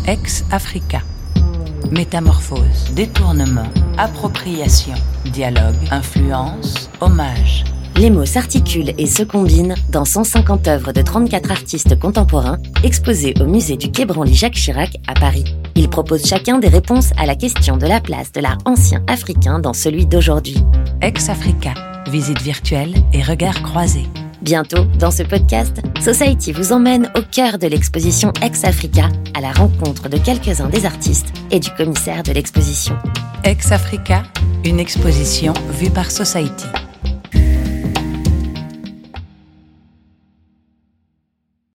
Ex-Africa. Métamorphose, détournement, appropriation, dialogue, influence, hommage. Les mots s'articulent et se combinent dans 150 œuvres de 34 artistes contemporains exposées au musée du Quai Branly Jacques Chirac à Paris. Ils proposent chacun des réponses à la question de la place de l'art ancien africain dans celui d'aujourd'hui. Ex-Africa, visite virtuelle et regards croisés. Bientôt, dans ce podcast, Society vous emmène au cœur de l'exposition Ex-Africa, à la rencontre de quelques-uns des artistes et du commissaire de l'exposition. Ex-Africa, une exposition vue par Society.